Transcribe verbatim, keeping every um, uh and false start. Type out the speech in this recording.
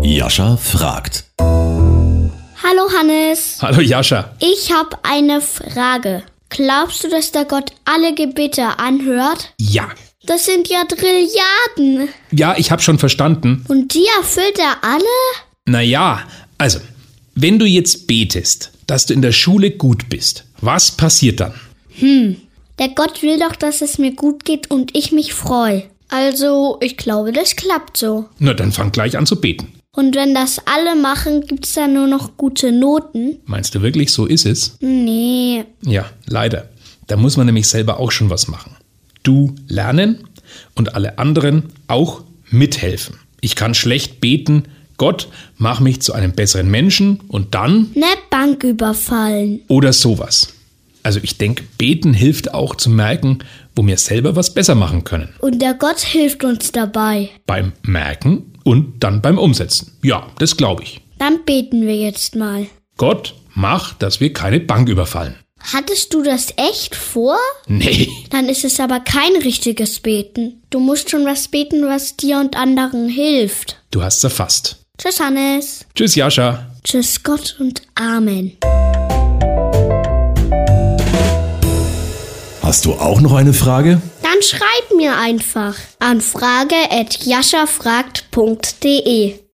Jascha fragt. Hallo Hannes. Hallo Jascha. Ich habe eine Frage. Glaubst du, dass der Gott alle Gebete anhört? Ja. Das sind ja Trilliarden. Ja, ich habe schon verstanden. Und die erfüllt er alle? Naja, also, wenn du jetzt betest, dass du in der Schule gut bist, was passiert dann? Hm, der Gott will doch, dass es mir gut geht und ich mich freue. Also, ich glaube, das klappt so. Na, dann fang gleich an zu beten. Und wenn das alle machen, gibt's dann nur noch gute Noten? Meinst du wirklich, so ist es? Nee. Ja, leider. Da muss man nämlich selber auch schon was machen. Du lernen und alle anderen auch mithelfen. Ich kann schlecht beten, Gott, mach mich zu einem besseren Menschen und dann... Ne Bank überfallen. Oder sowas. Also ich denke, beten hilft auch zu merken, wo wir selber was besser machen können. Und der Gott hilft uns dabei. Beim Merken und dann beim Umsetzen. Ja, das glaube ich. Dann beten wir jetzt mal. Gott, mach, dass wir keine Bank überfallen. Hattest du das echt vor? Nee. Dann ist es aber kein richtiges Beten. Du musst schon was beten, was dir und anderen hilft. Du hast's erfasst. Tschüss, Hannes. Tschüss, Jascha. Tschüss, Gott und Amen. Hast du auch noch eine Frage? Dann schreib mir einfach an frage at jaschafragt punkt de.